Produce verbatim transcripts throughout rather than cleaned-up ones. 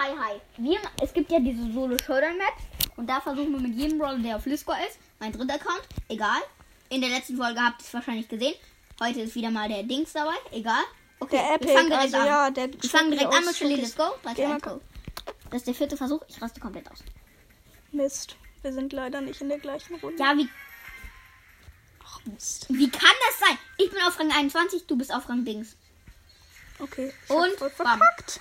hi, hi. Wir, es gibt ja diese Solo-Showdown-Map. Und da versuchen wir mit jedem Brawler, der auf Liscore ist, mein dritter Account, egal. In der letzten Folge habt ihr es wahrscheinlich gesehen. Heute ist wieder mal der Dings dabei, egal. Okay, Der Epic, wir fangen direkt also an. ja, der wir fangen direkt an mit Chili, Schokis. let's go. drei, zwei, Gamer- eins, go. Das ist der vierte Versuch, ich raste komplett aus. Mist. Wir sind leider nicht in der gleichen Runde. Ja, wie, Ach, Mist. wie kann das sein? Ich bin auf Rang einundzwanzig, du bist auf Rang Dings. Okay. Ich Und hab voll bam. verkackt.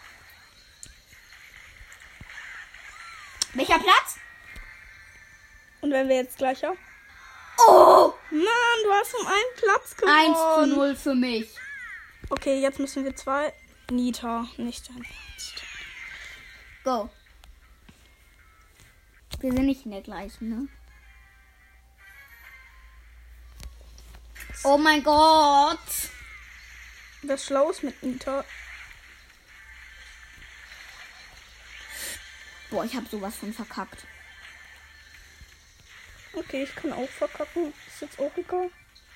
Welcher Platz? Und wenn wir jetzt gleich auch. Oh! Mann, du hast um einen Platz gewonnen. eins zu null für mich. Okay, jetzt müssen wir zwei. Nita, nicht dein Ernst. Go. Wir sind nicht in der gleichen, ne? Oh mein Gott. Was schlau ist mit Nita. Boah, ich habe sowas von verkackt. Okay, ich kann auch verkacken. Ist jetzt auch egal.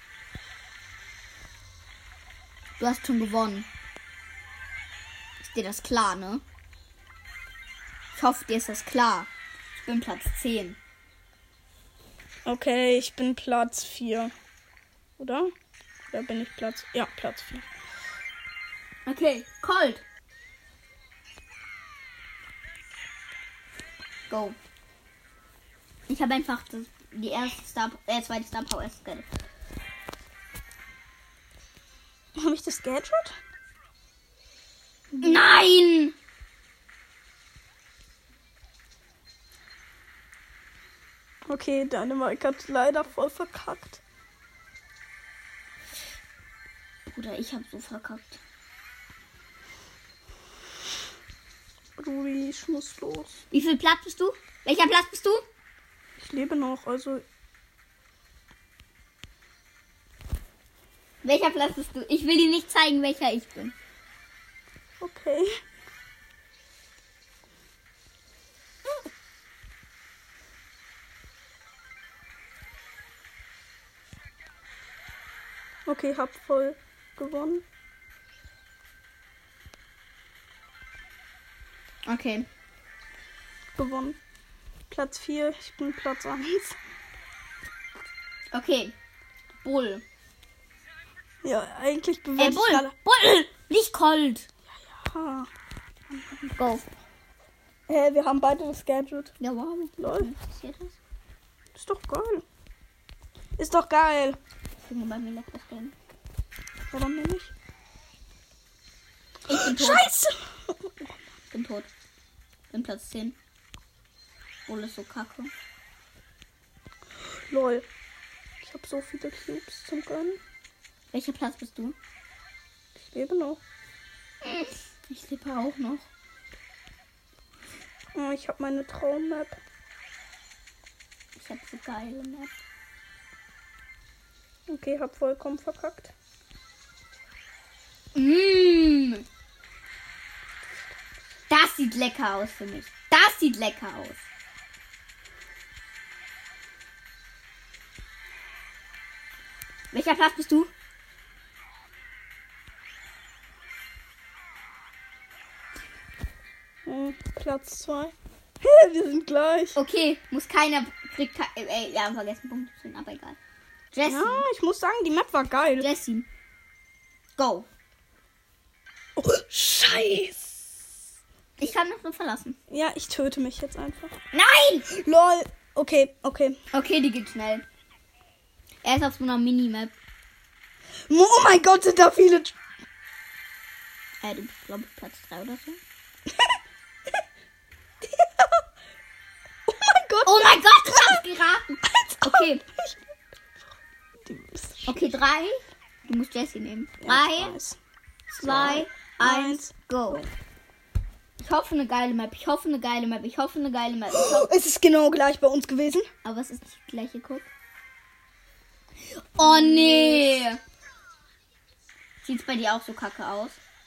Du hast schon gewonnen. Ist dir das klar, ne? Ich hoffe, dir ist das klar. Ich bin Platz zehn. Okay, ich bin Platz vier. Oder? Oder bin ich Platz... Ja, Platz vier. Okay, Colt. Go. Ich habe einfach das, die erste Star, äh, zweite Star Power Skill. Habe ich das Gadget? Nein! Okay, deine Mike hat leider voll verkackt. Bruder, ich habe so verkackt. Rudi, ich muss los. Wie viel Platz bist du? Welcher Platz bist du? Ich lebe noch, also... Welcher Platz bist du? Ich will dir nicht zeigen, welcher ich bin. Okay. Okay, hab voll gewonnen. Okay. Gewonnen. Platz vier, ich bin Platz eins. Okay. Bull. Ja, eigentlich Äh, bewerte ich Bull. gerade... Bull. Nicht Colt. Ah. Go. Hä, wir haben beide das Gadget. Ja, wow. Lol. Interessiert das? Ist doch geil. Ist doch geil. Junge, bei mir leckt das Game. Warum denn nicht? Ich bin tot. Scheiße! Bin tot. Bin Platz zehn. Bull ist so kacke. Lol. Ich habe so viele Cubes zum Gönnen. Welcher Platz bist du? Ich lebe noch. Ich lebe auch noch. Oh, ich habe meine Traummap. Ich hab so geile Map. Okay, hab vollkommen verkackt. Mmh. Das sieht lecker aus für mich. Das sieht lecker aus. Welcher Platz bist du? Hm, Platz zwei. Hey, wir sind gleich. Okay, muss keiner kriegt ke äh, äh, ja, vergessen Punkte zu finden, aber egal. Jessie. Ja, ich muss sagen, die Map war geil. Jessie. Go. Oh, Scheiß. Ich kann mich nur verlassen. Ja, ich töte mich jetzt einfach. Nein! Lol. Okay, okay. Okay, die geht schnell. Er ist auf so einer Minimap. Oh mein Gott, sind da viele. Äh, du bist, glaube ich, Platz drei oder so. Oh mein Gott. Oh mein Gott, ich hab's geraten. Okay, Die ist okay, drei. Du musst Jessie nehmen. Ja, ich Drei, weiß. zwei, eins, eins, go. Ich hoffe eine geile Map. Ich hoffe eine geile Map. Ich hoffe eine geile Map. Ich hoffe, Es ist genau gleich bei uns gewesen. aber es ist nicht die gleiche. Guck. Oh nee. Sieht's bei dir auch so kacke aus?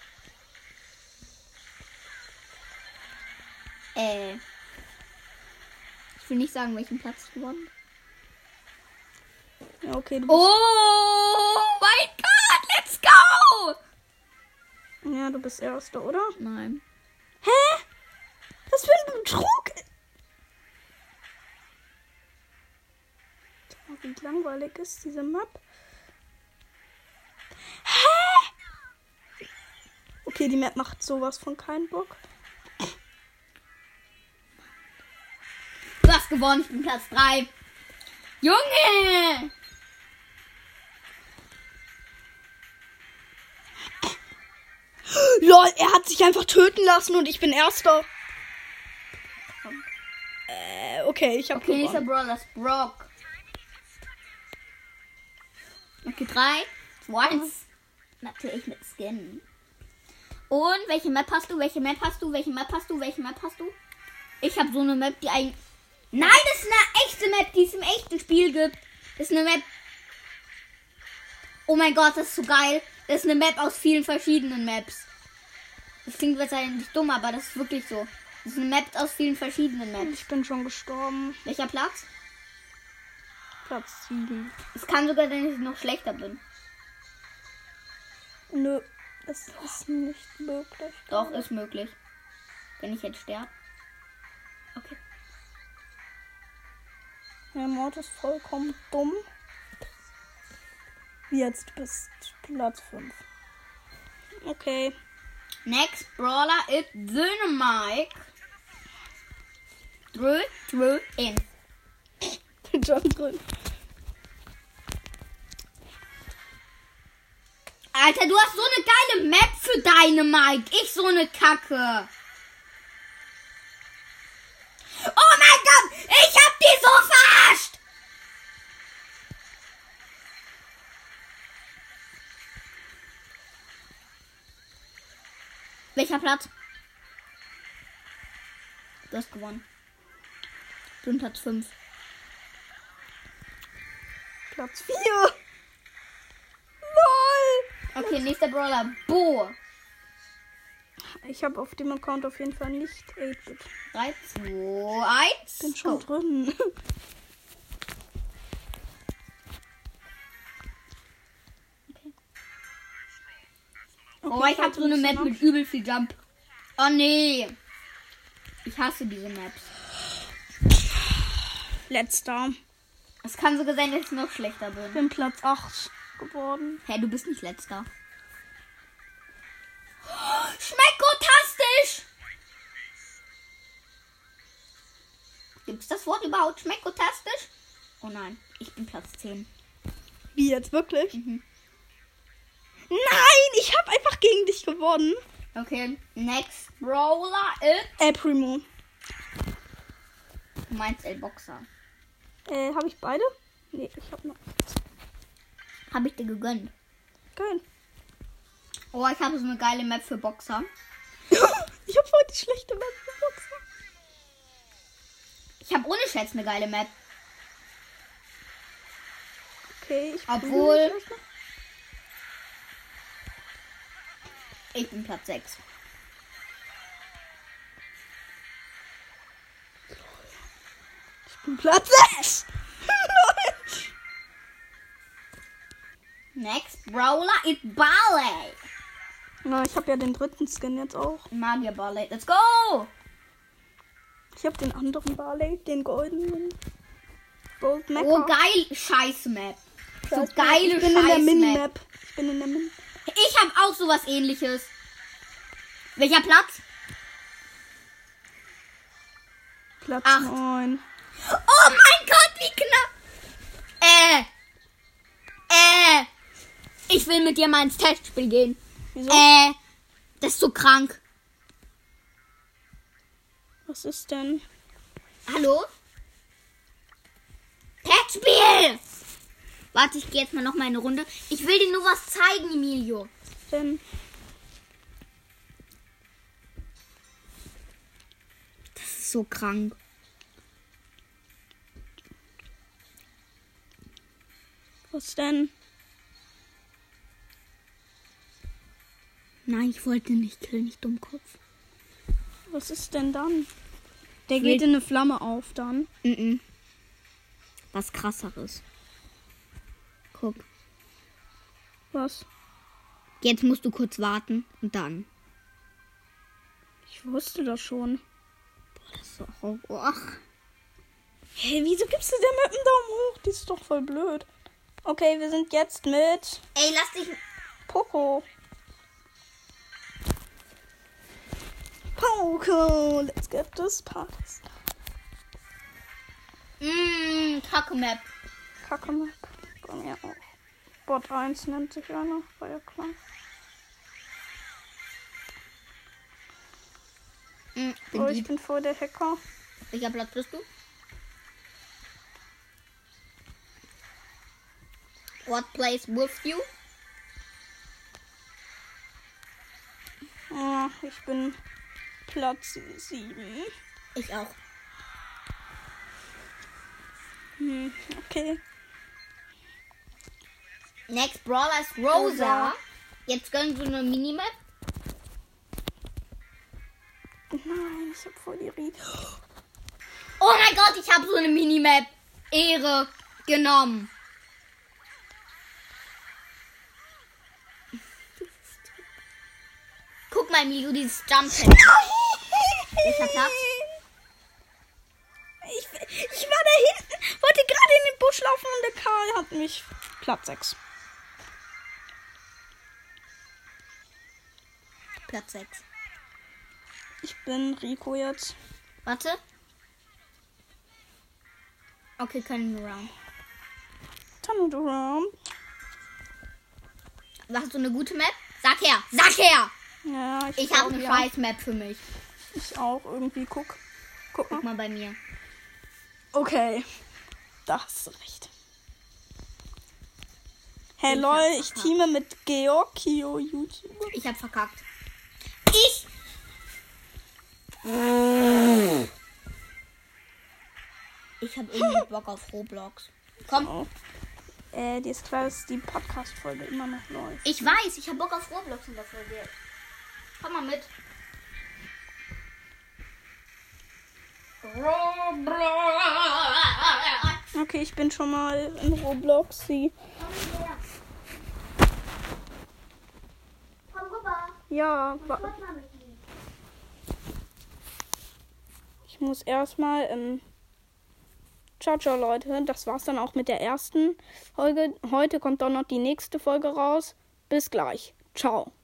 Äh. Ich will nicht sagen, welchen Platz du gewonnen. Ja, okay. Du Oh mein Gott, let's go! bist, ja, du bist Erster, oder? Nein. Hä? langweilig ist, diese Map. Hä? Okay, die Map macht sowas von keinen Bock. Du hast gewonnen, ich bin Platz drei. Junge! Lol, er hat sich einfach töten lassen und ich bin Erster. Äh, okay, ich hab Okay, nächster gewonnen. Brawler ist Brock. Okay, drei, zwei, eins. Natürlich mit Skin. Und welche Map hast du? Welche Map hast du? Welche Map hast du? Welche Map hast du? Ich habe so eine Map, die eigentlich... Nein, das ist eine echte Map, die es im echten Spiel gibt. Das ist eine Map... Oh mein Gott, das ist so geil. Das ist eine Map aus vielen verschiedenen Maps. Das klingt wahrscheinlich dumm, aber das ist wirklich so. Das ist eine Map aus vielen verschiedenen Maps. Ich bin schon gestorben. Welcher Platz? Platz sieben. Es kann sogar sein, dass ich noch schlechter bin. Nö, das ist nicht möglich. Doch, ist möglich. Wenn ich jetzt sterbe. Okay. Der Mord ist vollkommen dumm. Jetzt bist Platz fünf. Okay. Next Brawler ist Dynamite. drei, zwei, eins. Bin schon drin. Alter, du hast so eine geile Map für Dynamite. Ich so eine Kacke. Oh mein Gott, ich hab die so verarscht. Welcher Platz? Du hast gewonnen. Du bist Platz fünf. Platz vier. Lol. Okay, nächster Brawler. Bo. Ich habe auf dem Account auf jeden Fall nicht acht Bit. drei, zwei, eins. Bin schon Oh. drin. Oh, ich hab so eine Map mit übel viel Jump. Oh nee. Ich hasse diese Maps. Letzter. Es kann sogar sein, dass ich noch schlechter bin. Bin Platz acht geworden. Hä, du bist nicht letzter. Schmeckotastisch! Gibt's das Wort überhaupt? Schmeckotastisch? Oh nein, ich bin Platz zehn. Wie jetzt wirklich? Mhm. Nein, ich habe einfach gegen dich gewonnen. Okay, next Brawler ist... El Primo. Du meinst El Boxer. Äh, habe ich beide? Nee, ich habe noch. Hab ich dir gegönnt. Geil. Oh, ich habe so eine geile Map für Boxer. Ich habe voll die schlechte Map für Boxer. Ich habe ohne Schätz eine geile Map. Okay, ich Obwohl- probiere vielleicht noch. Ich bin Platz sechs. Ich bin Platz sechs. Next Brawler ist Barley. Na, ich habe ja den dritten Skin jetzt auch. Magier Barley. Let's go! Ich habe den anderen Barley, den goldenen. Gold Mecha. Oh, geil. Scheiß Map. So Scheiß Map. geile Ich bin in der Scheiß Map. Minimap. Ich bin in der Min. Ich habe auch sowas ähnliches. Welcher Platz? Platz Acht. neun. Oh mein Gott, wie knapp. Äh. Äh. Ich will mit dir mal ins Testspiel gehen. Wieso? Äh. Das ist so krank. Was ist denn? Hallo? Testspiel! Warte, ich gehe jetzt mal noch mal eine Runde. Ich will dir nur was zeigen, Emilio. Denn Das ist so krank. was denn? Nein, ich wollte nicht killen, ich Dummkopf. Was ist denn dann? Der will- geht in eine Flamme auf dann. Mhm. Was krasseres. Guck. Was? Jetzt musst du kurz warten und dann. Ich wusste das schon. Das ist so. Ach. Hey, wieso gibst du der mit dem Daumen hoch? Die ist doch voll blöd. Okay, wir sind jetzt mit Ey, lass dich... Poco. Poco, let's get this party started. Mmm, Kacke-Map. Kacke-Map. Bei mir auch. Bot eins nennt sich einer, war ja klar. Mm, bin Oh, ich ich bin vor der Hacker. Welcher Platz bist du? What plays with you? Oh, ich bin Platz sieben. Ich auch. Hm, okay. Next Brawler ist Rosa. Rosa. Jetzt gönnen sie eine Minimap. Nein, ich hab voll die Rie. Oh mein Gott, ich habe so eine Minimap. Ehre genommen. Guck mal, Milo, dieses Jump-Pad. Welcher Platz? Ich, ich war da hinten, wollte gerade in den Busch laufen und der Karl hat mich Platz sechs. Platz sechs. Ich bin Rico jetzt. Warte. Okay, können wir round. Thunderdrum. Hast du eine gute Map? Sag her, sag her! Ja, ich, Ich habe eine ja. scheiß Map für mich. Ich auch irgendwie. Guck. Guck mal. Guck mal bei mir. Okay. Da hast du recht. Hey Ich lol, hab ich verkackt. teame mit Georgio YouTuber. Ich hab verkackt. Ich! Ich hab irgendwie Bock auf Roblox. Komm, Oh. Äh, dir ist klar, dass die Podcast-Folge immer noch läuft. ich weiß, ich hab Bock auf Roblox in der Folge. Komm mal mit. Roblox! Okay, ich bin schon mal in Roblox. Sie. Komm rüber. Ja, wa- Komm mal mit mir. ich muss erstmal. Ähm, ciao, ciao, Leute. Das war's dann auch mit der ersten Folge. Heute kommt dann noch die nächste Folge raus. Bis gleich. Ciao.